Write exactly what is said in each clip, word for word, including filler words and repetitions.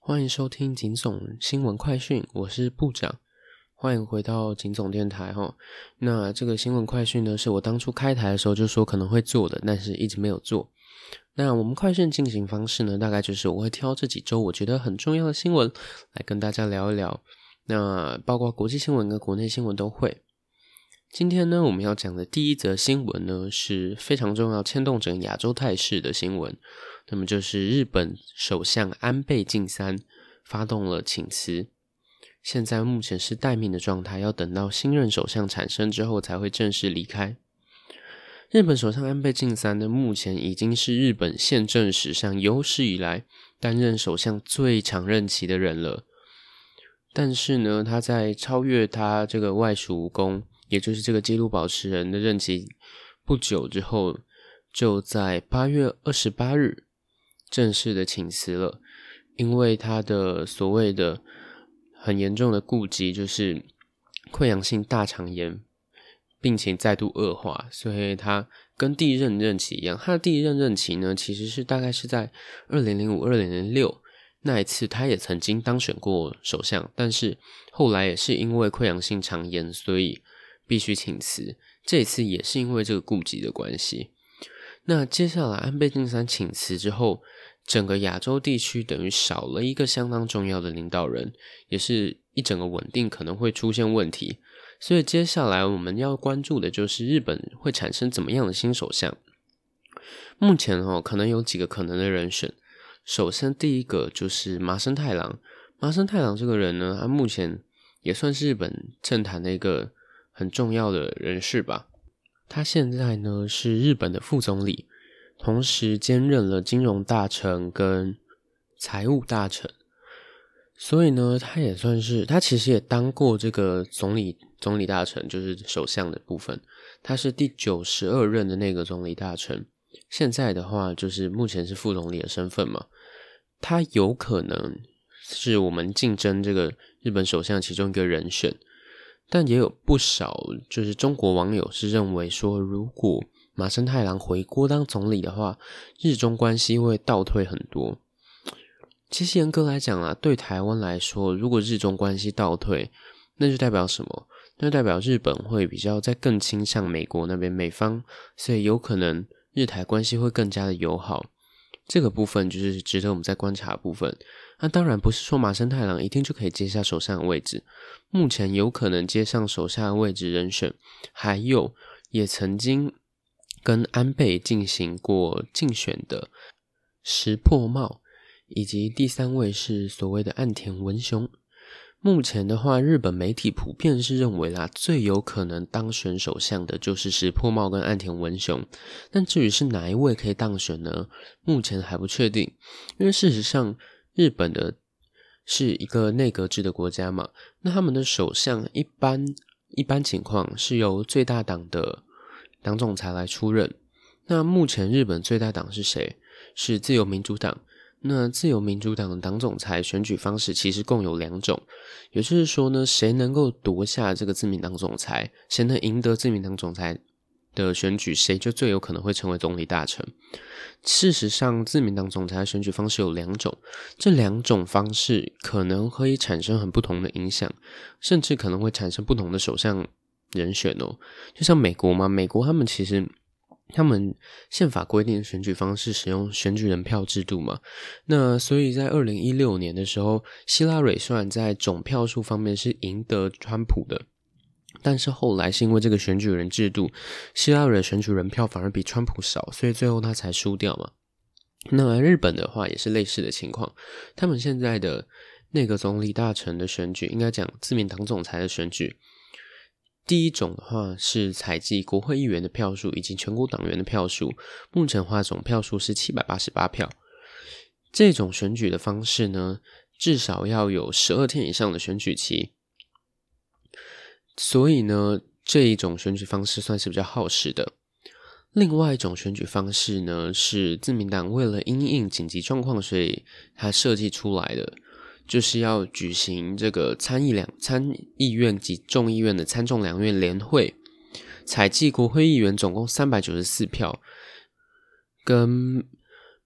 欢迎收听警总新闻快讯，我是部长，欢迎回到警总电台齁。那这个新闻快讯呢，是我当初开台的时候就说可能会做的，但是一直没有做。那我们快讯进行方式呢，大概就是我会挑这几周我觉得很重要的新闻来跟大家聊一聊，那包括国际新闻跟国内新闻都会。今天呢，我们要讲的第一则新闻呢，是非常重要牵动整个亚洲态势的新闻，那么就是日本首相安倍晋三发动了请辞，现在目前是待命的状态，要等到新任首相产生之后才会正式离开。日本首相安倍晋三呢，目前已经是日本宪政史上有史以来担任首相最长任期的人了。但是呢，他在超越他这个外属公，也就是这个纪录保持人的任期不久之后，就在八月二十八日正式的请辞了。因为他的所谓的很严重的痼疾，就是溃疡性大肠炎，病情再度恶化，所以他跟第一任任期一样，他的第一任任期呢，其实是大概是在二零零五、二零零六那一次，他也曾经当选过首相，但是后来也是因为溃疡性肠炎，所以必须请辞。这一次也是因为这个痼疾的关系。那接下来安倍晋三请辞之后，整个亚洲地区等于少了一个相当重要的领导人，也是一整个稳定可能会出现问题。所以接下来我们要关注的就是日本会产生怎么样的新首相。目前哦，可能有几个可能的人选。首先第一个就是麻生太郎。麻生太郎这个人呢，他目前也算是日本政坛的一个很重要的人士吧。他现在呢是日本的副总理，同时兼任了金融大臣跟财务大臣，所以呢他也算是，他其实也当过这个总理总理大臣，就是首相的部分，他是第九十二任的那个总理大臣，现在的话就是目前是副总理的身份嘛。他有可能是我们竞争这个日本首相其中一个人选，但也有不少就是中国网友是认为说，如果麻生太郎回国当总理的话，日中关系会倒退很多。其实严格来讲啦，对台湾来说，如果日中关系倒退，那就代表什么？那就代表日本会比较再更倾向美国那边美方，所以有可能日台关系会更加的友好。这个部分就是值得我们再观察的部分。那当然不是说麻生太郎一定就可以接下首相的位置，目前有可能接上首相的位置人选，还有也曾经跟安倍进行过竞选的石破茂，以及第三位是所谓的岸田文雄。目前的话，日本媒体普遍是认为啦，最有可能当选首相的就是石破茂跟岸田文雄。但至于是哪一位可以当选呢？目前还不确定，因为事实上日本的是一个内阁制的国家嘛，那他们的首相一般一般情况是由最大党的党总裁来出任。那目前日本最大党是谁？是自由民主党。那自由民主党的党总裁选举方式其实共有两种，也就是说呢，谁能够夺下这个自民党总裁，谁能赢得自民党总裁的选举，谁就最有可能会成为总理大臣。事实上，自民党总裁的选举方式有两种，这两种方式可能可以产生很不同的影响，甚至可能会产生不同的首相人选哦。就像美国嘛，美国他们其实他们宪法规定的选举方式使用选举人票制度嘛，那所以在二零一六年的时候，希拉蕊虽然在总票数方面是赢得川普的，但是后来是因为这个选举人制度，希拉蕊的选举人票反而比川普少，所以最后他才输掉嘛。那日本的话也是类似的情况，他们现在的那个总理大臣的选举，应该讲自民党总裁的选举，第一种的话是采集国会议员的票数以及全国党员的票数，目前的话总票数是七百八十八票。这种选举的方式呢，至少要有十二天以上的选举期，所以呢，这一种选举方式算是比较耗时的。另外一种选举方式呢，是自民党为了因应紧急状况，所以它设计出来的，就是要举行这个参议两参议院及众议院的参众两院联会，采集国会议员总共三百九十四票，跟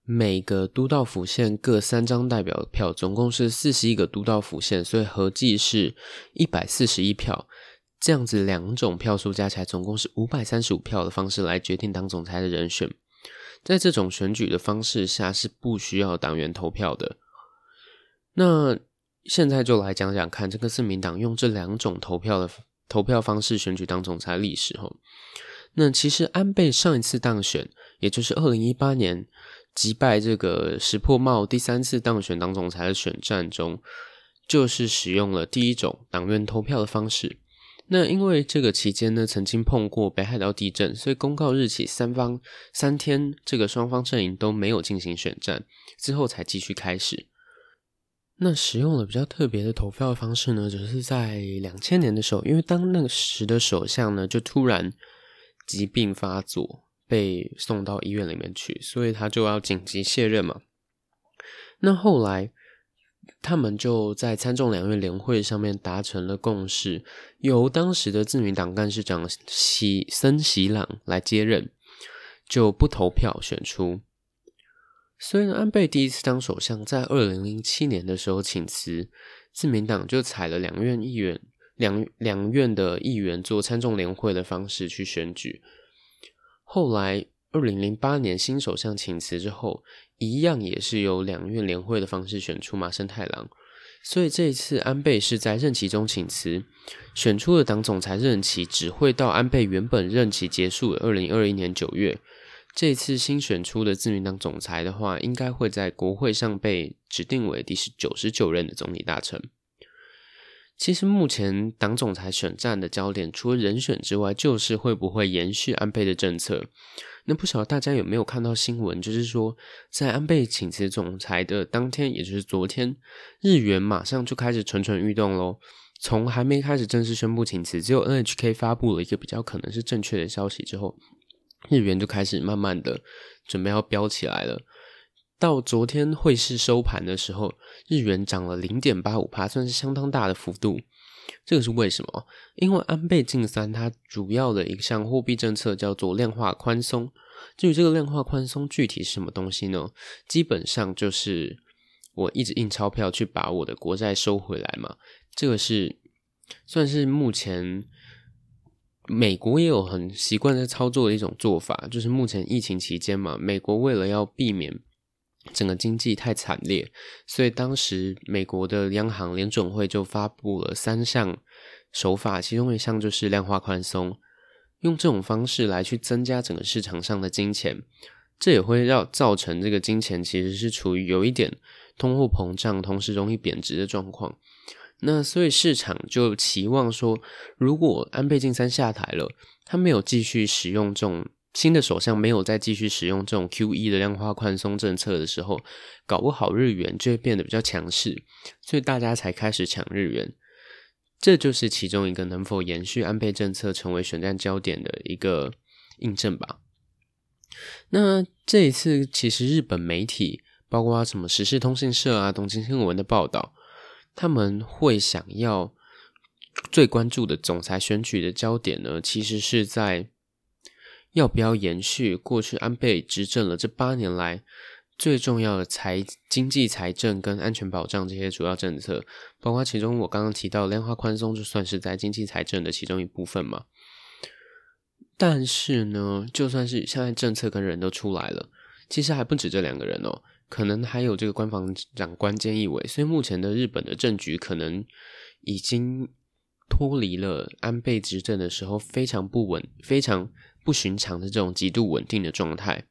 每个都道府县各三张代表票，总共是四十一个都道府县，所以合计是一百四十一票。这样子两种票数加起来总共是五百三十五票的方式来决定党总裁的人选。在这种选举的方式下是不需要党员投票的。那现在就来讲讲看这个自民党用这两种投票的投票方式选举党总裁历史齁。那其实安倍上一次当选，也就是二零一八年击败这个石破茂第三次当选党总裁的选战中，就是使用了第一种党员投票的方式。那因为这个期间呢，曾经碰过北海道地震，所以公告日起三方三天，这个双方阵营都没有进行选战，之后才继续开始。那使用了比较特别的投票的方式呢，就是在两千年的时候，因为当那时的首相呢，就突然疾病发作，被送到医院里面去，所以他就要紧急卸任嘛。那后来他们就在参众两院联会上面达成了共识，由当时的自民党干事长喜森喜朗来接任，就不投票选出。所以呢，安倍第一次当首相在二零零七年的时候请辞，自民党就采了两院议员两两院的议员做参众联会的方式去选举。后来二零零八年新首相请辞之后，一样也是由两院联会的方式选出麻生太郎。所以这一次安倍是在任期中请辞，选出的党总裁任期只会到安倍原本任期结束的二零二一年九月。这一次新选出的自民党总裁的话，应该会在国会上被指定为第九十九任的总理大臣。其实目前党总裁选战的焦点除了人选之外，就是会不会延续安倍的政策。那不晓得大家有没有看到新闻，就是说在安倍请辞总裁的当天，也就是昨天，日元马上就开始蠢蠢欲动咯。从还没开始正式宣布请辞，只有 N H K 发布了一个比较可能是正确的消息之后，日元就开始慢慢的准备要飙起来了。到昨天汇市收盘的时候，日元涨了 零点八五%， 算是相当大的幅度。这个是为什么？因为安倍晋三它主要的一项货币政策叫做量化宽松。至于这个量化宽松具体是什么东西呢？基本上就是我一直印钞票去把我的国债收回来嘛。这个是算是目前美国也有很习惯在操作的一种做法，就是目前疫情期间嘛，美国为了要避免整个经济太惨烈，所以当时美国的央行联准会就发布了三项手法，其中一项就是量化宽松，用这种方式来去增加整个市场上的金钱，这也会让造成这个金钱其实是处于有一点通货膨胀，同时容易贬值的状况。那所以市场就期望说，如果安倍晋三下台了，他没有继续使用这种新的首相没有再继续使用这种 Q E 的量化宽松政策的时候，搞不好日元就会变得比较强势，所以大家才开始抢日元。这就是其中一个能否延续安倍政策成为选战焦点的一个印证吧。那这一次其实日本媒体包括什么时事通信社啊、东京新闻的报道，他们会想要最关注的总裁选举的焦点呢，其实是在要不要延续过去安倍执政了这八年来最重要的财经济财政跟安全保障这些主要政策，包括其中我刚刚提到量化宽松就算是在经济财政的其中一部分嘛。但是呢，就算是现在政策跟人都出来了，其实还不止这两个人哦，可能还有这个官房长官菅义伟，所以目前的日本的政局可能已经脱离了安倍执政的时候非常不稳、非常不寻常的这种极度稳定的状态。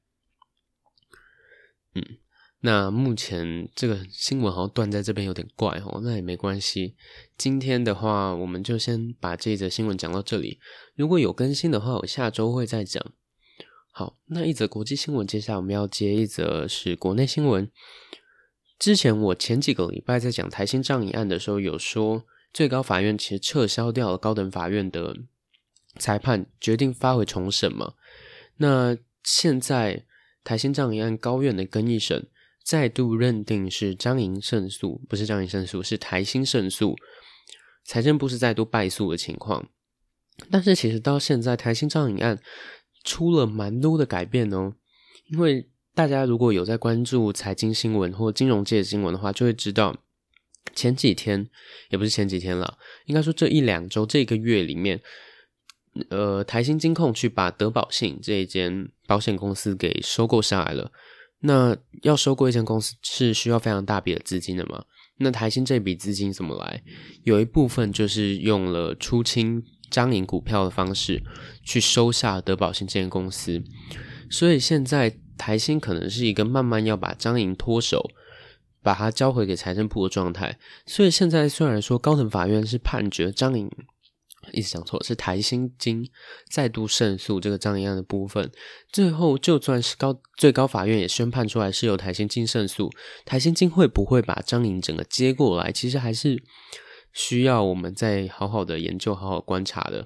嗯，那目前这个新闻好像断在这边有点怪哦，那也没关系。今天的话，我们就先把这则新闻讲到这里。如果有更新的话，我下周会再讲。好，那一则国际新闻，接下来我们要接一则是国内新闻。之前我前几个礼拜在讲台新仗义案的时候，有说最高法院其实撤销掉了高等法院的裁判，决定发回重审嘛。那现在台新仗义案高院的更一审再度认定是张营胜诉，不是张营胜诉，是台新胜诉，财政部是再度败诉的情况。但是其实到现在台新仗义案出了蛮多的改变哦，因为大家如果有在关注财经新闻或金融界的新闻的话，就会知道前几天，也不是前几天啦，应该说这一两周这个月里面，呃，台新金控去把德保信这一间保险公司给收购下来了。那要收购一间公司是需要非常大笔的资金的嘛？那台新这笔资金怎么来？有一部分就是用了出清彰银股票的方式去收下德保信这间公司，所以现在台新可能是一个慢慢要把彰银脱手，把它交回给财政部的状态。所以现在虽然说高等法院是判决彰银，一直讲错，是台新金再度胜诉这个彰银案的部分，最后就算是高最高法院也宣判出来是由台新金胜诉，台新金会不会把彰银整个接过来，其实还是需要我们再好好的研究好好观察的。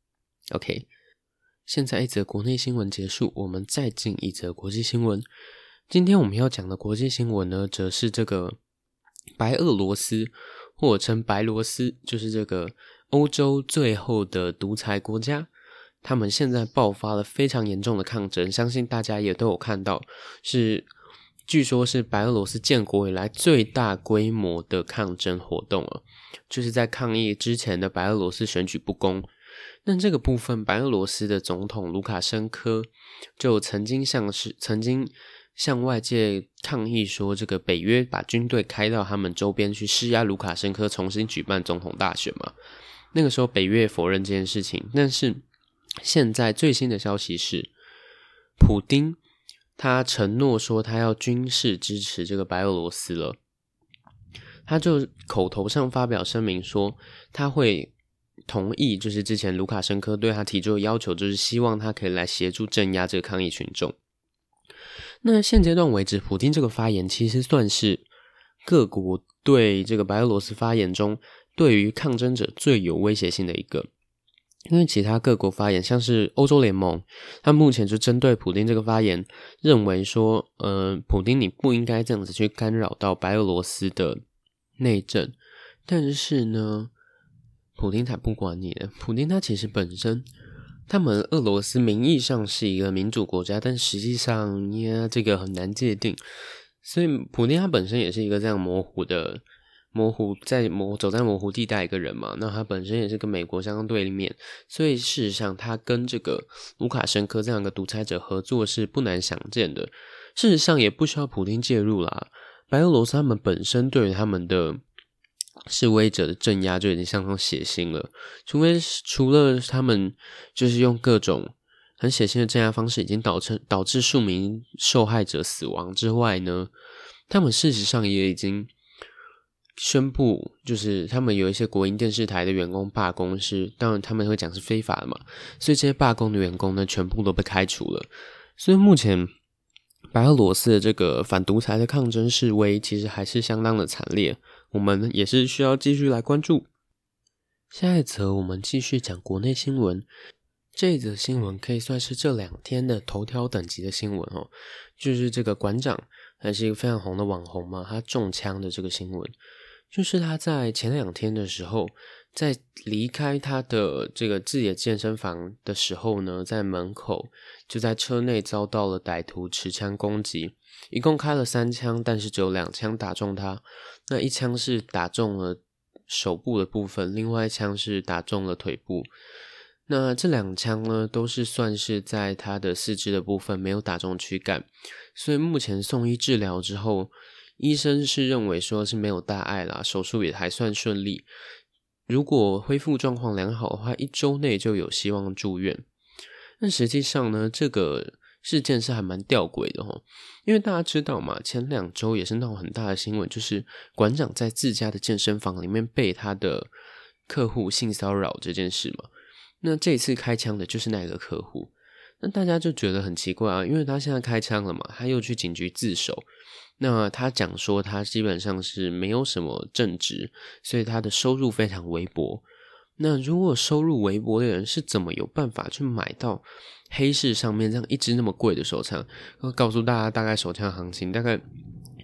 OK， 现在一则国内新闻结束，我们再进一则国际新闻。今天我们要讲的国际新闻呢，则是这个白俄罗斯，或者称白罗斯，就是这个欧洲最后的独裁国家，他们现在爆发了非常严重的抗争，相信大家也都有看到，是据说是白俄罗斯建国以来最大规模的抗争活动了，就是在抗议之前的白俄罗斯选举不公。那这个部分，白俄罗斯的总统卢卡申科就曾经向是曾经向外界抗议说，这个北约把军队开到他们周边去施压卢卡申科重新举办总统大选嘛。那个时候北约否认这件事情，但是现在最新的消息是，普丁他承诺说他要军事支持这个白俄罗斯了，他就口头上发表声明说他会同意，就是之前卢卡申科对他提出的要求，就是希望他可以来协助镇压这个抗议群众。那现阶段为止，普丁这个发言其实算是各国对这个白俄罗斯发言中对于抗争者最有威胁性的一个，因为其他各国发言，像是欧洲联盟，他目前就针对普丁这个发言，认为说，呃，普丁你不应该这样子去干扰到白俄罗斯的内政，但是呢，普丁才不管你的，普丁他其实本身，他们俄罗斯名义上是一个民主国家，但实际上呀，这个很难界定，所以普丁他本身也是一个这样模糊的。模糊在模走在模糊地带一个人嘛，那他本身也是跟美国相对立面，所以事实上他跟这个卢卡申科这样一个独裁者合作是不难想见的。事实上也不需要普丁介入啦，白俄罗斯他们本身对于他们的示威者的镇压就已经相当血腥了，除非除了他们就是用各种很血腥的镇压方式已经导致导致数名受害者死亡之外呢，他们事实上也已经宣布，就是他们有一些国营电视台的员工罢工，是当然他们会讲是非法的嘛，所以这些罢工的员工呢，全部都被开除了。所以目前白俄罗斯的这个反独裁的抗争示威，其实还是相当的惨烈，我们也是需要继续来关注。下一则我们继续讲国内新闻，这一则新闻可以算是这两天的头条等级的新闻哦，就是这个馆长还是一个非常红的网红嘛，他中枪的这个新闻。就是他在前两天的时候，在离开他的这个自己的健身房的时候呢，在门口就在车内遭到了歹徒持枪攻击，一共开了三枪，但是只有两枪打中他，那一枪是打中了手部的部分，另外一枪是打中了腿部。那这两枪呢，都是算是在他的四肢的部分没有打中躯干，所以目前送医治疗之后，医生是认为说是没有大碍啦，手术也还算顺利，如果恢复状况良好的话，一周内就有希望住院。但实际上呢，这个事件是还蛮吊诡的齁，因为大家知道嘛，前两周也是闹很大的新闻，就是馆长在自家的健身房里面被他的客户性骚扰这件事嘛。那这一次开枪的就是那个客户，那大家就觉得很奇怪啊，因为他现在开枪了嘛，他又去警局自首，那他讲说他基本上是没有什么正职，所以他的收入非常微薄。那如果收入微薄的人是怎么有办法去买到黑市上面这样一支那么贵的手枪？告诉大家大概手枪行情，大概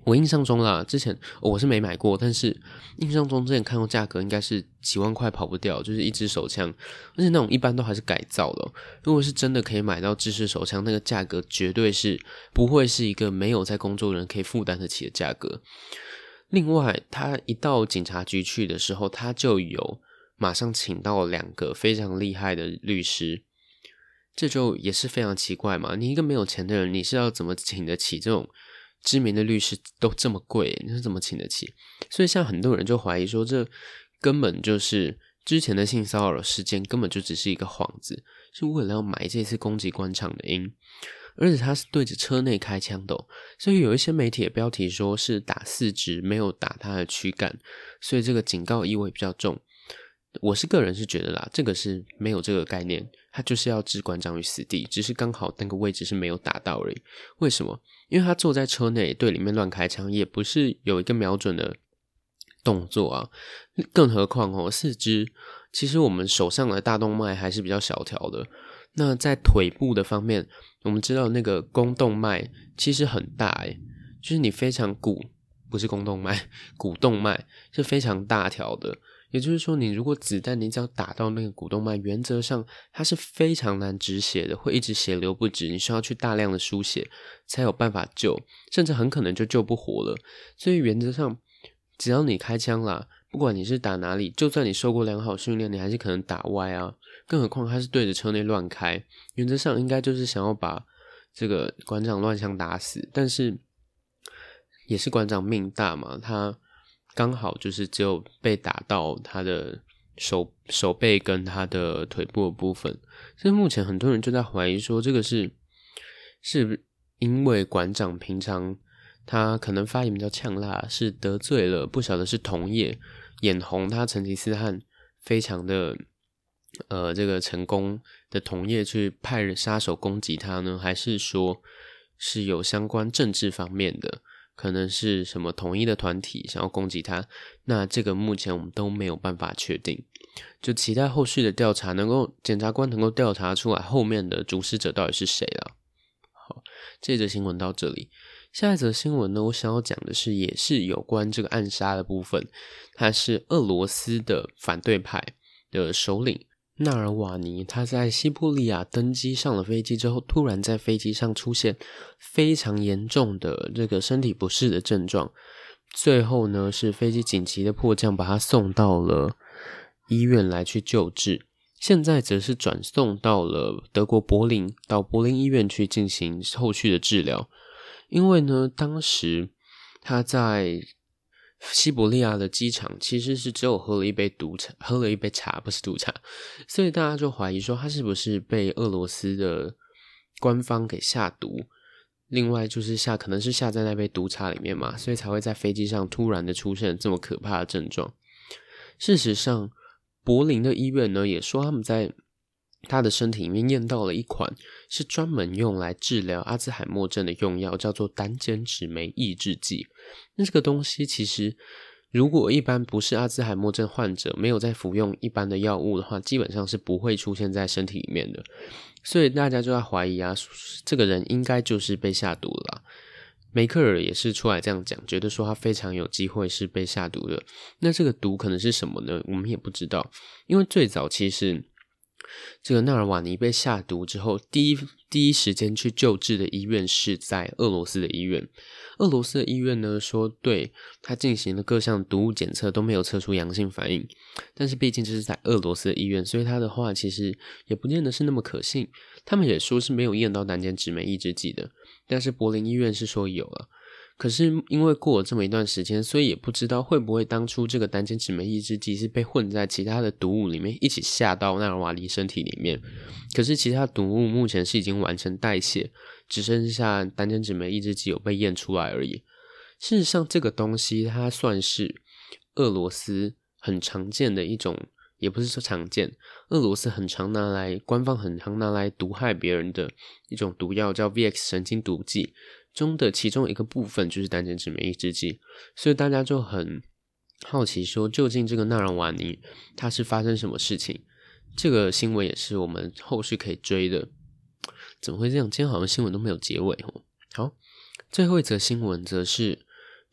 我印象中啦，之前、哦、我是没买过，但是印象中之前看过价格应该是几万块跑不掉，就是一支手枪，而且那种一般都还是改造的、哦。如果是真的可以买到制式手枪，那个价格绝对是不会是一个没有在工作的人可以负担得起的价格。另外，他一到警察局去的时候，他就有马上请到两个非常厉害的律师，这就也是非常奇怪嘛。你一个没有钱的人，你是要怎么请得起这种知名的律师都这么贵，你是怎么请得起？所以像很多人就怀疑说，这根本就是之前的性骚扰事件，根本就只是一个幌子，是为了要买这次攻击官场的音。而且他是对着车内开枪的、哦，所以有一些媒体的标题说是打四支，没有打他的躯干，所以这个警告意味比较重。我是个人是觉得啦，这个是没有这个概念，他就是要置馆长于死地，只是刚好那个位置是没有打到而已。为什么？因为他坐在车内对里面乱开枪，也不是有一个瞄准的动作啊。更何况哦，四肢其实我们手上的大动脉还是比较小条的。那在腿部的方面，我们知道那个肱动脉其实很大诶，就是你非常骨，不是肱动脉，股动脉是非常大条的。也就是说，你如果子弹你只要打到那个股动脉，原则上它是非常难止血的，会一直血流不止，你需要去大量的输血才有办法救，甚至很可能就救不活了。所以原则上，只要你开枪啦，不管你是打哪里，就算你受过良好训练，你还是可能打歪啊。更何况他是对着车内乱开，原则上应该就是想要把这个馆长乱枪打死，但是也是馆长命大嘛，他刚好就是只有被打到他的手手背跟他的腿部的部分。所以目前很多人就在怀疑说，这个是是因为馆长平常他可能发言比较呛辣，是得罪了不晓得是同业眼红他成吉思汗非常的呃这个成功的同业去派杀手攻击他呢，还是说是有相关政治方面的，可能是什么统一的团体想要攻击他？那这个目前我们都没有办法确定，就期待后续的调查能够检察官能够调查出来后面的主使者到底是谁啦。好，这则新闻到这里。下一则新闻呢，我想要讲的是也是有关这个暗杀的部分，他是俄罗斯的反对派的首领纳尔瓦尼，他在西伯利亚登机上了飞机之后，突然在飞机上出现非常严重的这个身体不适的症状，最后呢是飞机紧急的迫降，把他送到了医院来去救治，现在则是转送到了德国柏林，到柏林医院去进行后续的治疗。因为呢当时他在西伯利亚的机场其实是只有喝了一杯毒茶，喝了一杯茶，不是毒茶，所以大家就怀疑说他是不是被俄罗斯的官方给下毒，另外就是下可能是下在那杯毒茶里面嘛，所以才会在飞机上突然的出现这么可怕的症状。事实上柏林的医院呢也说他们在他的身体里面验到了一款是专门用来治疗阿兹海默症的用药，叫做胆碱酯酶抑制剂。那这个东西其实如果一般不是阿兹海默症患者没有在服用一般的药物的话，基本上是不会出现在身体里面的，所以大家就在怀疑啊，这个人应该就是被下毒了啦。梅克尔也是出来这样讲，觉得说他非常有机会是被下毒的。那这个毒可能是什么呢？我们也不知道，因为最早其实这个纳尔瓦尼被下毒之后，第一第一时间去救治的医院是在俄罗斯的医院。俄罗斯的医院呢说对他进行了各项毒物检测都没有测出阳性反应，但是毕竟这是在俄罗斯的医院，所以他的话其实也不见得是那么可信。他们也说是没有验到胆碱酯酶抑制剂的，但是柏林医院是说有了。可是因为过了这么一段时间，所以也不知道会不会当初这个胆碱酯酶抑制剂是被混在其他的毒物里面一起下到纳尔瓦尼身体里面，可是其他毒物目前是已经完成代谢，只剩下胆碱酯酶抑制剂有被验出来而已。事实上这个东西它算是俄罗斯很常见的一种，也不是说常见，俄罗斯很常拿来官方很常拿来毒害别人的一种毒药，叫 V X 神经毒剂中的其中一个部分就是胆碱酯酶抑制剂，所以大家就很好奇说究竟这个纳尔瓦尼他是发生什么事情。这个新闻也是我们后续可以追的。怎么会这样？今天好像新闻都没有结尾哦。好，最后一则新闻则是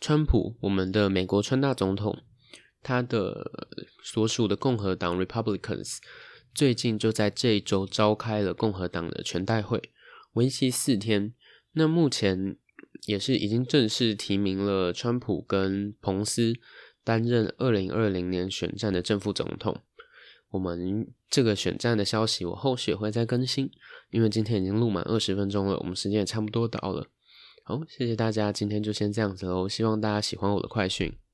川普，我们的美国川大总统，他的所属的共和党 Republicans 最近就在这一周召开了共和党的全代会，为期四天。那目前也是已经正式提名了川普跟彭斯担任二零二零年选战的正副总统。我们这个选战的消息我后续也会再更新，因为今天已经录满二十分钟了，我们时间也差不多到了。好，谢谢大家，今天就先这样子咯，希望大家喜欢我的快讯。